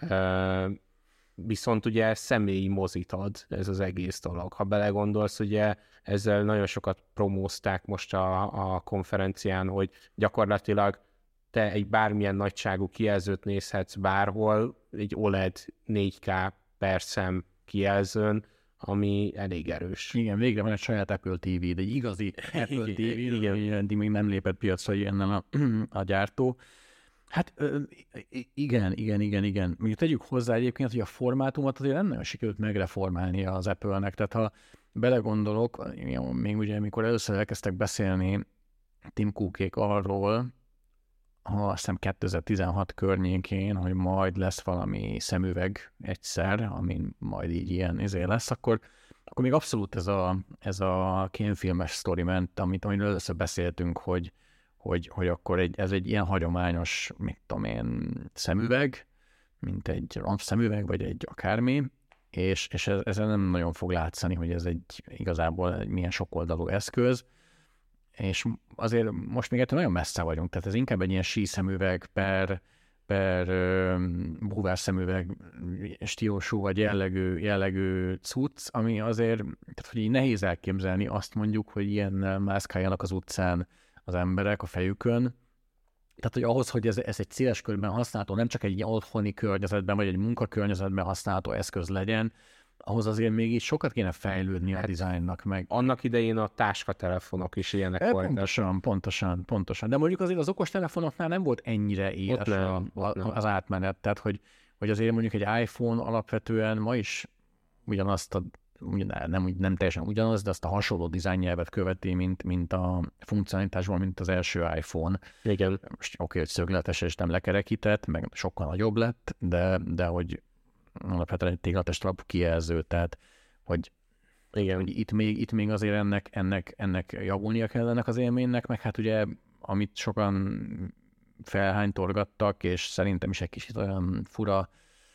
viszont ugye személyi mozit ad ez az egész dolog. Ha belegondolsz, ugye ezzel nagyon sokat promózták most a, a konferencián, hogy gyakorlatilag te egy bármilyen nagyságú kijelzőt nézhetsz bárhol, egy o el e dé négy ká per szem kijelzőn, ami elég erős. Igen, végre van egy saját Apple té vé, de egy igazi Apple té vé, igen. Eddig még nem lépett piacra ilyennel a, a gyártó. Hát igen, igen, igen, igen. Még tegyük hozzá egyébként, hogy a formátumot azért nem nagyon sikerült megreformálni az Apple-nek, tehát ha belegondolok, még ugye amikor először elkezdtek beszélni Tim Cookék arról, ha azt hiszem kétezer-tizenhat környékén, hogy majd lesz valami szemüveg egyszer, amin majd így ilyen izé lesz, akkor, akkor még abszolút ez a, ez a kémfilmes sztori ment, amit amiről először beszéltünk, hogy, hogy, hogy akkor egy, ez egy ilyen hagyományos, mit tudom én, szemüveg, mint egy szemüveg, vagy egy akármi, és, és ez, ezen nem nagyon fog látszani, hogy ez egy igazából egy milyen sokoldalú eszköz, és azért most még ettől nagyon messze vagyunk, tehát ez inkább egy ilyen síszemüveg per, per búvár szemüveg stílusú vagy jellegű, jellegű cucc, ami azért, tehát hogy így nehéz elképzelni azt mondjuk, hogy ilyen mászkáljanak az utcán az emberek a fejükön. Tehát, hogy ahhoz, hogy ez, ez egy széles körben használható, nem csak egy otthoni környezetben, vagy egy munkakörnyezetben használható eszköz legyen, ahhoz azért még így sokat kéne fejlődni hát a dizájnnak meg. Annak idején a táskatelefonok is ilyenek e, voltak. Pontosan, pontosan, pontosan. De mondjuk azért az okostelefonoknál nem volt ennyire éles nem, a, a, az átmenet. Tehát, hogy, hogy azért mondjuk egy iPhone alapvetően ma is ugyanazt a, ugyan, nem, nem teljesen ugyanaz, de azt a hasonló dizájnnyelvet követi, mint, mint a funkcionalitásban, mint az első iPhone. Igen. Most oké, hogy szögletes és nem lekerekített, meg sokkal nagyobb lett, de, de hogy alapvetően egy téglates alapú kijelző, tehát hogy, igen, hogy itt, még, itt még azért ennek, ennek, ennek javulnia kell ennek az élménynek, meg hát ugye, amit sokan felhánytorgattak, és szerintem is egy kicsit olyan fura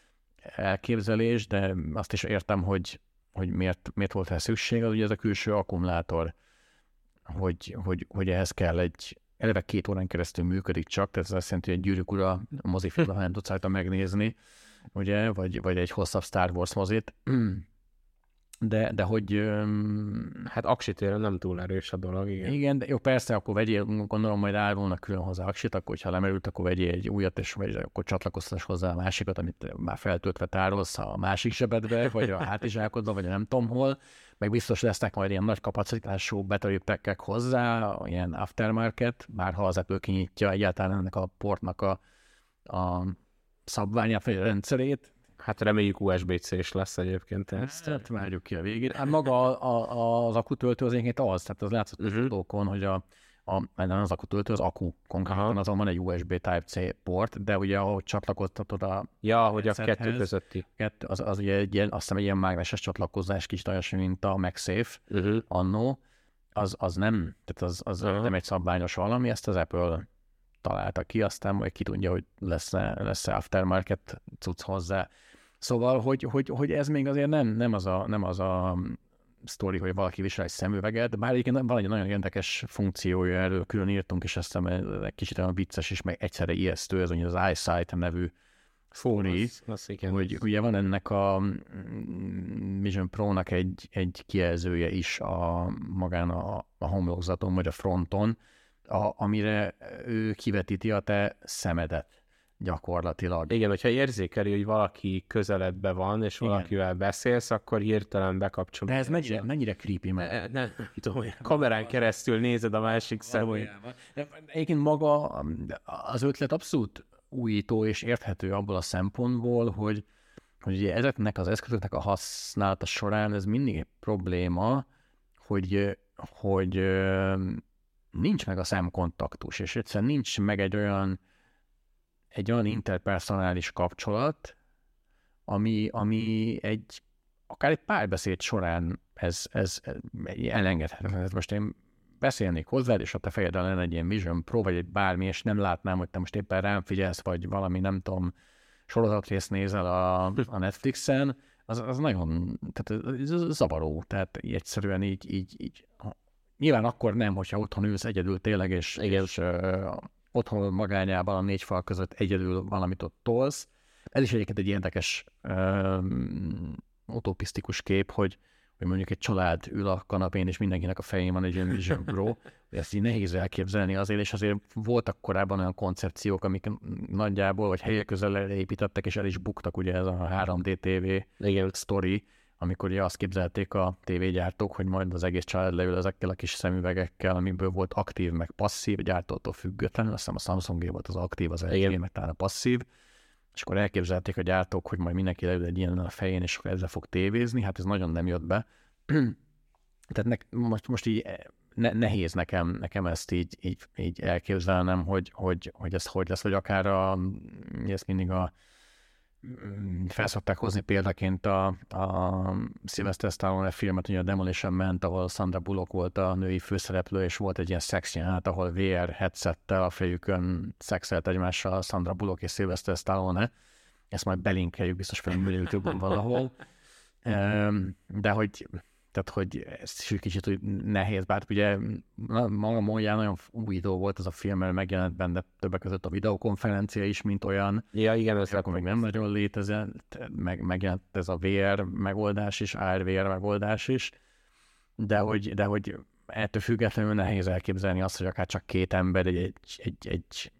elképzelés, de azt is értem, hogy, hogy miért, miért volt rá szükség, az ugye ez a külső akkumulátor, hogy, hogy, hogy ehhez kell egy, eleve két órán keresztül működik csak, tehát ez azt jelenti, hogy egy Gyűrűk Ura mozifilmet nem tudsz rajta megnézni, ugye, vagy, vagy egy hosszabb Star Wars mozit, de, de hogy... Um, hát aksitéren nem túl erős a dolog, igen. Igen, de jó, persze, akkor vegyél, gondolom majd árulnak külön hozzá aksit, akkor ha lemerült, akkor vegyél egy újat, és vagy akkor csatlakoztass hozzá a másikat, amit már feltöltve tárolsz a másik zsebedbe, vagy a hátizsákodba, vagy a nem tudom hol, meg biztos lesznek majd ilyen nagy kapacitású betörőtekek hozzá, ilyen aftermarket, bár ha az Apple kinyitja egyáltalán ennek a portnak a, a szabványát, vagy a rendszerét. Hát reméljük u es bé cé is lesz egyébként. Ezt hát várjuk ki a végét. Hát maga a, a, az akutöltő az egyébként az, tehát az látszott uh-huh. a fotókon, hogy a, a, nem az akutöltő, az akku konkrétan, uh-huh. azon van egy u es bé Type-C port, de ugye ahogy csatlakoztatod a ja, hogy a kettő közötti. Kettő, az, az ugye egy ilyen, azt hiszem egy ilyen mágneses csatlakozás, kicsit olyasmi, mint a MagSafe uh-huh. annó, az, az nem, tehát az, az uh-huh. nem egy szabványos valami, ezt az Apple találta ki, aztán majd ki tudja, hogy lesz-e, lesz-e aftermarket cucc hozzá. Szóval, hogy, hogy, hogy ez még azért nem, nem az a, nem az a sztori, hogy valaki visel egy szemüveget, bár egyébként van egy nagyon érdekes funkciója, erről külön írtunk, és azt hiszem egy kicsit olyan vicces is, meg egyszerre ijesztő, ez az EyeSight nevű sztori, hogy ugye van ennek a Vision Pro-nak egy, egy kijelzője is a magán a, a homlokzaton, vagy a fronton, a, amire ő kivetíti a te szemedet gyakorlatilag. Igen, hogyha érzékeli, hogy valaki közeledbe van, és igen. valakivel beszélsz, akkor hirtelen bekapcsol. De ez mennyire, mennyire creepy, mert... Nem, nem tudom, kamerán keresztül nézed a másik szemét. Egyébként maga az ötlet abszolút újító és érthető abból a szempontból, hogy, hogy ugye ezeknek az eszközöknek a használata során ez mindig egy probléma, hogy, hogy nincs meg a szemkontaktus, és egyszerűen nincs meg egy olyan egy olyan interpersonális kapcsolat, ami, ami egy, akár egy párbeszéd során ez, ez, ez elengedhetetlen. Most én beszélnék hozzád, és a te fejedben lenne egy ilyen Vision Pro, vagy egy bármi, és nem látnám, hogy te most éppen rám figyelsz, vagy valami, nem tudom, sorozatrészt nézel a, a Netflixen, az, az nagyon, tehát ez zavaró, tehát egyszerűen így, így, így, nyilván akkor nem, hogyha otthon ülsz egyedül tényleg, és, és uh, otthon magányában a négy fal között egyedül valamit ott tolsz. Ez is egyébként egy érdekes uh, utopisztikus kép, hogy, hogy mondjuk egy család ül a kanapén, és mindenkinek a fején van egy ilyen Vision Pro, ezt így nehéz elképzelni azért, és azért voltak korábban olyan koncepciók, amik nagyjából, vagy helyek közel építettek, és el is buktak, ugye ez a három dé té vé sztori, amikor ugye azt képzelték a tévégyártók, hogy majd az egész család leül ezekkel a kis szemüvegekkel, amiből volt aktív, meg passzív, gyártótól függetlenül, azt hiszem a Samsungé volt az aktív, az el gé, meg talán a passzív, és akkor elképzelték a gyártók, hogy majd mindenki leül egy ilyen a fején, és akkor ezzel fog tévézni, hát ez nagyon nem jött be. Tehát ne, most, most így ne, nehéz nekem, nekem ezt így, így, így elképzelnem, hogy, hogy, hogy ez hogy lesz, hogy akár a, ezt mindig a felszokták hozni példaként a, a Sylvester Stallone filmet, ugye a Demolition Man-t, ahol Sandra Bullock volt a női főszereplő, és volt egy ilyen szexjelenet, ahol vé er headsettel a fejükön szexelt egymással Sandra Bullock és Sylvester Stallone. Ezt majd belinkeljük biztos fel a YouTube-on valahol. De hogy tehát, hogy ez is kicsit úgy nehéz, bár ugye maga mondján nagyon újító volt az a film, mert megjelent benne többek között a videokonferencia is, mint olyan. Ja, igen, ez akkor még nem nagyon létezett, meg, megjelent ez a vé er megoldás is, á er vé er megoldás is, de hogy, de hogy ettől függetlenül nehéz elképzelni azt, hogy akár csak két ember egy, egy, egy, egy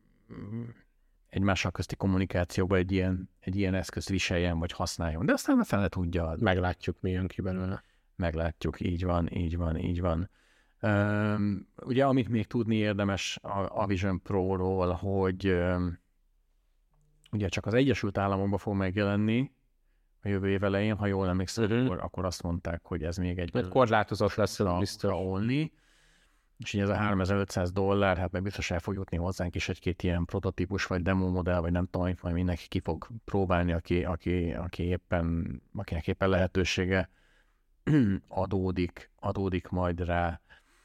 egymással közti kommunikációban egy ilyen, egy ilyen eszközt viseljen, vagy használjon. De aztán a fele tudja. Meglátjuk, mi jön ki belőle. Meglátjuk, így van, így van, így van. Um, ugye, amit még tudni érdemes a, a Vision Pro-ról, hogy um, ugye csak az Egyesült Államokban fog megjelenni a jövő év elején, ha jól emlékszem, uh-huh. akkor, akkor azt mondták, hogy ez még egy... Mert korlátozott lesz a biztos. Only. És így ez a háromezer-ötszáz dollár, hát meg biztos el fog jutni hozzánk is egy-két ilyen prototípus, vagy demo modell, vagy nem tudom, majd mindenki ki fog próbálni, aki, aki, aki éppen, akinek éppen lehetősége adódik, adódik majd rá.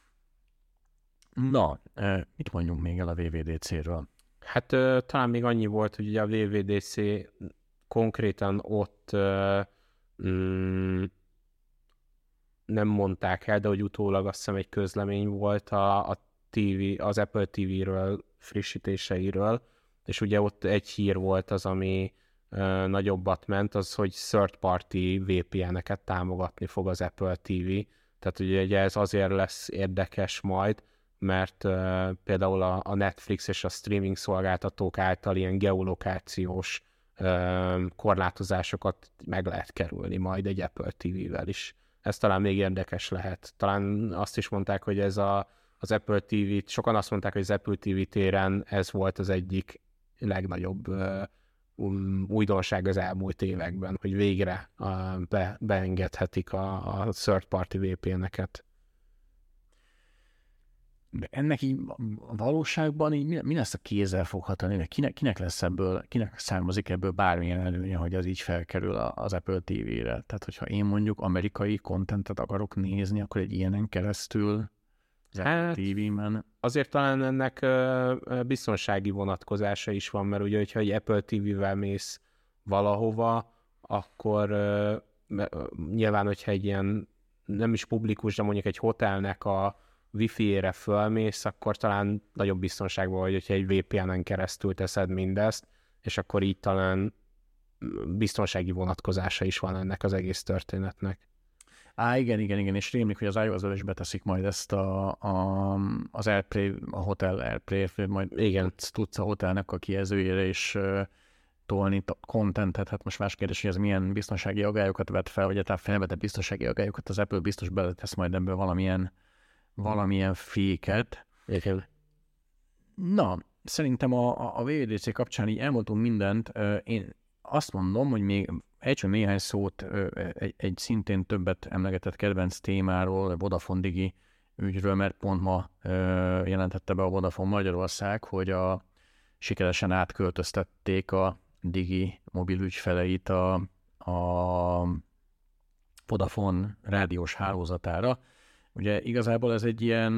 Na, mit mondjunk még el a vé vé dé cé-ről? Hát talán még annyi volt, hogy ugye a vé vé dé cé konkrétan ott mm, nem mondták el, de hogy utólag azt hiszem egy közlemény volt a, a té vé, az Apple té vé-ről frissítéseiről, és ugye ott egy hír volt az, ami uh, nagyobbat ment, az, hogy third party vé pé en-eket támogatni fog az Apple té vé. Tehát ugye ez azért lesz érdekes majd, mert uh, például a, a Netflix és a streaming szolgáltatók által ilyen geolokációs uh, korlátozásokat meg lehet kerülni majd egy Apple té vé-vel is. Ez talán még érdekes lehet. Talán azt is mondták, hogy ez a, az Apple té vé, sokan azt mondták, hogy az Apple té vé téren ez volt az egyik legnagyobb uh, um, újdonság az elmúlt években, hogy végre uh, be, beengedhetik a, a third party vé pé en-eket. De ennek így a valóságban így mi, mi lesz a kézzelfogható előnye? Kinek, kinek lesz ebből, kinek származik ebből bármilyen előnye, hogy az így felkerül az Apple té vére? Tehát, hogyha én mondjuk amerikai kontentet akarok nézni, akkor egy ilyenen keresztül az Apple hát, té vében... Azért talán ennek uh, biztonsági vonatkozása is van, mert ugye, hogyha egy Apple té vével mész valahova, akkor uh, nyilván, hogyha egy ilyen nem is publikus, de mondjuk egy hotelnek a Wi-Fi-ére fölmész, akkor talán nagyobb biztonságban vagy, hogyha egy vé pé en-en keresztül teszed mindezt, és akkor így talán biztonsági vonatkozása is van ennek az egész történetnek. Á, igen, igen, igen, és rémlik, hogy az iOS-ről is beteszik majd ezt a, a, az AirPlay, a Hotel AirPlay, majd igen. tudsz a hotelnek a kijelzőjére is uh, tolni contentet, hát most más kérdés, hogy ez milyen biztonsági aggályokat vet fel, vagy tehát felvetett biztonsági aggályokat, az Apple biztos beletesz majd ebből valamilyen valamilyen féket. Igen. Na, szerintem a, a vé vé dé cé kapcsán így elmondtunk mindent. Én azt mondom, hogy még egy néhány szót egy, egy szintén többet emlegetett kedvenc témáról, a Vodafone Digi ügyről, mert pont ma jelentette be a Vodafone Magyarország, hogy a sikeresen átköltöztették a Digi mobil ügyfeleit a, a Vodafone rádiós hálózatára. Ugye igazából ez egy ilyen,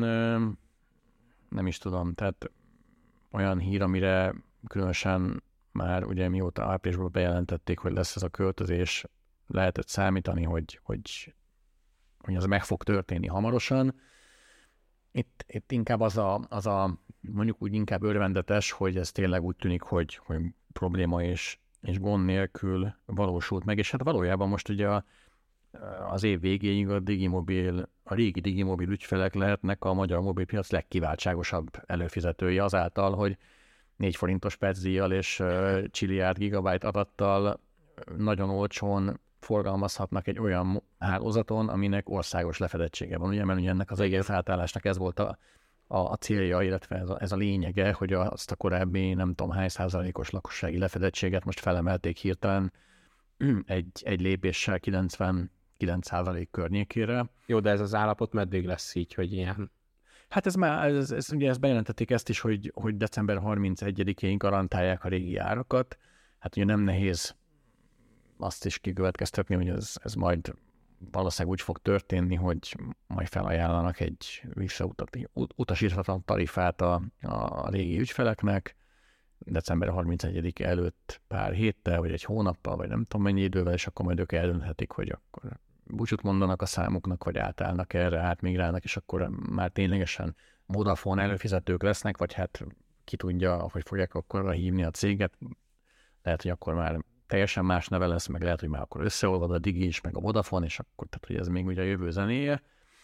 nem is tudom, tehát olyan hír, amire különösen már ugye mióta áprilisból bejelentették, hogy lesz ez a költözés, lehetett számítani, hogy, hogy, hogy ez meg fog történni hamarosan. Itt, itt inkább az a, az a, mondjuk úgy inkább örvendetes, hogy ez tényleg úgy tűnik, hogy, hogy probléma és, és gond nélkül valósult meg, és hát valójában most ugye a, az év végéig a Digimobil, a régi Digimobil ügyfelek lehetnek a magyar mobilpiac legkiváltságosabb előfizetői azáltal, hogy négy forintos percdíjjal és uh, csiliárd gigabyte adattal nagyon olcsón forgalmazhatnak egy olyan hálózaton, aminek országos lefedettsége van, ugye, mert ugye ennek az egész átállásnak ez volt a, a, a célja, illetve ez a, ez a lényege, hogy azt a korábbi nem tudom hány százalékos lakossági lefedettséget most felemelték hirtelen egy, egy lépéssel kilencvenkilenc százalék környékére. Jó, de ez az állapot meddig lesz így, hogy ilyen? Hát ez már, ez, ez, ugye ezt bejelentették ezt is, hogy, hogy december harmincegyedikén garantálják a régi árakat. Hát ugye nem nehéz azt is kikövetkeztetni, hogy ez, ez majd valószínűleg úgy fog történni, hogy majd felajánlanak egy visszautasíthatatlan tarifát a, a régi ügyfeleknek december harmincegyedike előtt pár héttel, vagy egy hónappal, vagy nem tudom mennyi idővel, és akkor majd ők eldönthetik, hogy akkor búcsút mondanak a számuknak, vagy átállnak erre, átmigrálnak, és akkor már ténylegesen Vodafone előfizetők lesznek, vagy hát ki tudja, hogy fogják akkor hívni a céget. Lehet, hogy akkor már teljesen más neve lesz, meg lehet, hogy már akkor összeolvad a Digi is, meg a Vodafone, és akkor, tehát, hogy ez még ugye a jövő zenéje.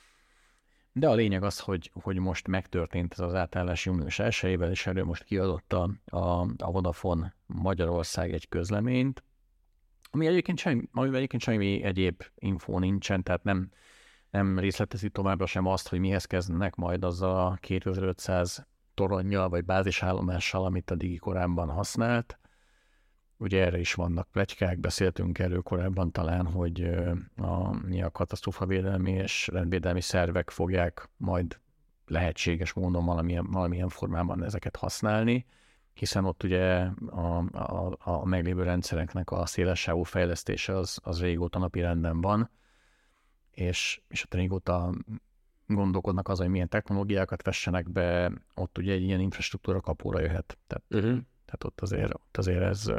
De a lényeg az, hogy, hogy most megtörtént ez az átállás június elsejével, és erről most kiadott a, a, a Vodafone Magyarország egy közleményt, ami egyébként semmi, amivel egyébként semmi egyéb infó nincsen, tehát nem, nem részletezi továbbra sem azt, hogy mihez kezdenek majd az a kétezer-ötszáz toronnyal vagy bázisállomással, amit a Digi korábban használt. Ugye erre is vannak pletykák, beszéltünk erről korábban talán, hogy a, a katasztrófavédelmi és rendvédelmi szervek fogják majd lehetséges módon valamilyen, valamilyen formában ezeket használni, hiszen ott ugye a, a, a meglévő rendszereknek a szélessávú fejlesztése az, az régóta napirenden van, és, és ott régóta gondolkodnak az, hogy milyen technológiákat vessenek be, ott ugye egy ilyen infrastruktúra kapóra jöhet. Tehát, uh-huh. tehát ott, azért, ott azért ez,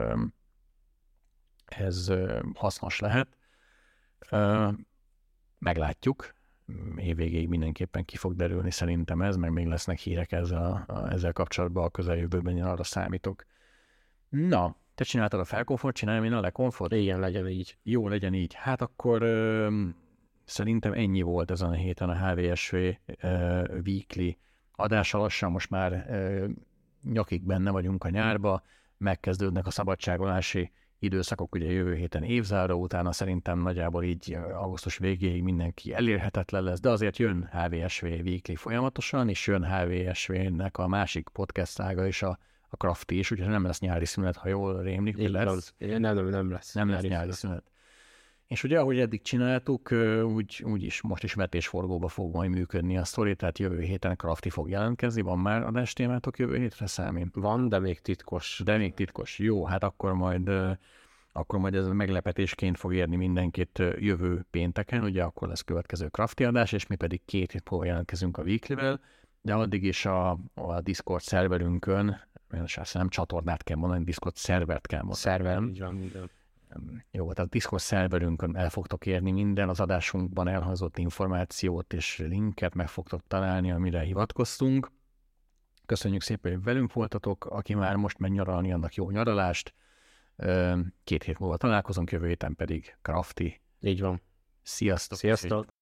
ez hasznos lehet. Meglátjuk. Évvégéig mindenképpen ki fog derülni szerintem ez, meg még lesznek hírek ezzel, a, ezzel kapcsolatban a közeljövőben, én arra számítok. Na, te csináltad a felkomfort, csináljam én a lekomfort? Igen, legyen így. Jó, legyen így. Hát akkor ö, szerintem ennyi volt ezen a héten a há vé es vé ö, Weekly adása. Lassan most már ö, nyakig benne vagyunk a nyárba, megkezdődnek a szabadságolási időszakok, ugye jövő héten évzáró, utána szerintem nagyjából így augusztus végéig mindenki elérhetetlen lesz, de azért jön há vé es vé Weekly folyamatosan, és jön há vé es vé-nek a másik podcast ága is, a, a Crafty is, úgyhogy nem lesz nyári szünet, ha jól rémlik, hogy lesz. Nem, nem, nem lesz. Nem lesz nyári szünet. És ugye, ahogy eddig csináltuk, úgy, úgy is most is vetésforgóba fog majd működni a sztori, tehát jövő héten Crafty fog jelentkezni. Van már adástémátok jövő hétre, Számi? Van, de még titkos. De még titkos. Jó, hát akkor majd, akkor majd ez meglepetésként fog érni mindenkit jövő pénteken, ugye akkor lesz következő Crafty adás, és mi pedig két hét múlva jelentkezünk a Weeklyvel, de addig is a, a Discord szerverünkön, azt nem csatornát kell mondani, Discord szervert kell mondani. Szerver, így van, minden. Jó, tehát a Discord szerverünkön el fogtok érni minden az adásunkban elhangzott információt és linket meg fogtok találni, amire hivatkoztunk. Köszönjük szépen, hogy velünk voltatok, aki már most megy nyaralni, annak jó nyaralást. Két hét múlva találkozunk, jövő héten pedig Crafty. Így van. Sziasztok! Sziasztok!